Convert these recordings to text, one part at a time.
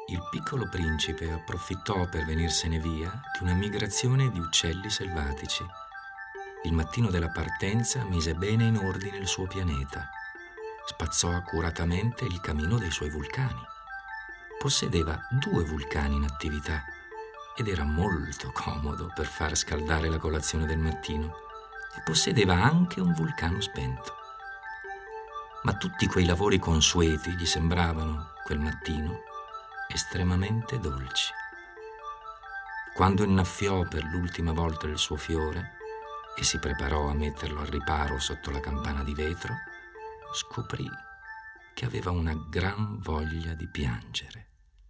Il piccolo principe approfittò per venirsene via di una migrazione di uccelli selvatici. Il mattino della partenza mise bene in ordine il suo pianeta. Spazzò accuratamente il camino dei suoi vulcani. Possedeva 2 vulcani in attività ed era molto comodo per far scaldare la colazione del mattino, e possedeva anche un vulcano spento. Ma tutti quei lavori consueti gli sembravano, quel mattino, estremamente dolci. Quando innaffiò per l'ultima volta il suo fiore e si preparò a metterlo al riparo sotto la campana di vetro, scoprì che aveva una gran voglia di piangere.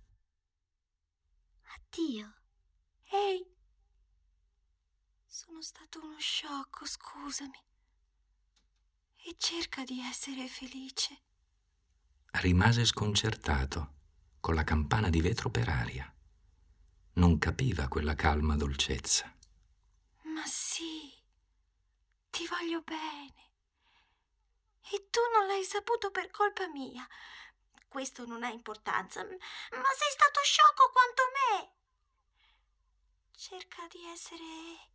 Addio. Ehi, sono stato uno sciocco, scusami. E cerca di essere felice. Rimase sconcertato, con la campana di vetro per aria. Non capiva quella calma dolcezza. Ma sì, ti voglio bene. E tu non l'hai saputo per colpa mia. Questo non ha importanza, ma sei stato sciocco quanto me. Cerca di essere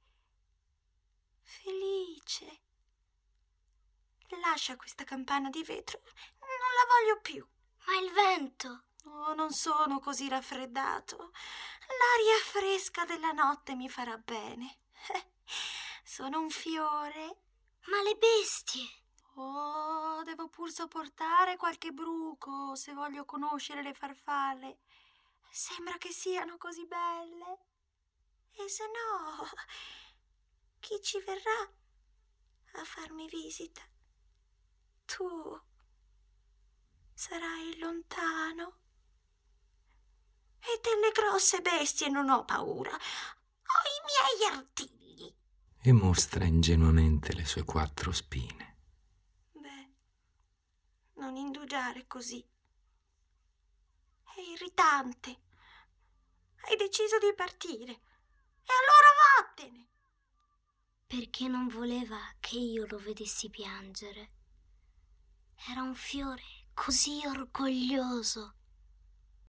felice. Lascia questa campana di vetro, non la voglio più. Ma il vento? Oh, non sono così raffreddato. L'aria fresca della notte mi farà bene. Sono un fiore. Ma le bestie? Oh, devo pur sopportare qualche bruco se voglio conoscere le farfalle. Sembra che siano così belle. E se no, chi ci verrà a farmi visita? Tu sarai lontano. E delle grosse bestie non ho paura. Ho i miei artigli. E mostra ingenuamente le sue 4 spine. Beh, non indugiare così. È irritante. Hai deciso di partire. E allora vattene. Perché non voleva che io lo vedessi piangere. Era un fiore così orgoglioso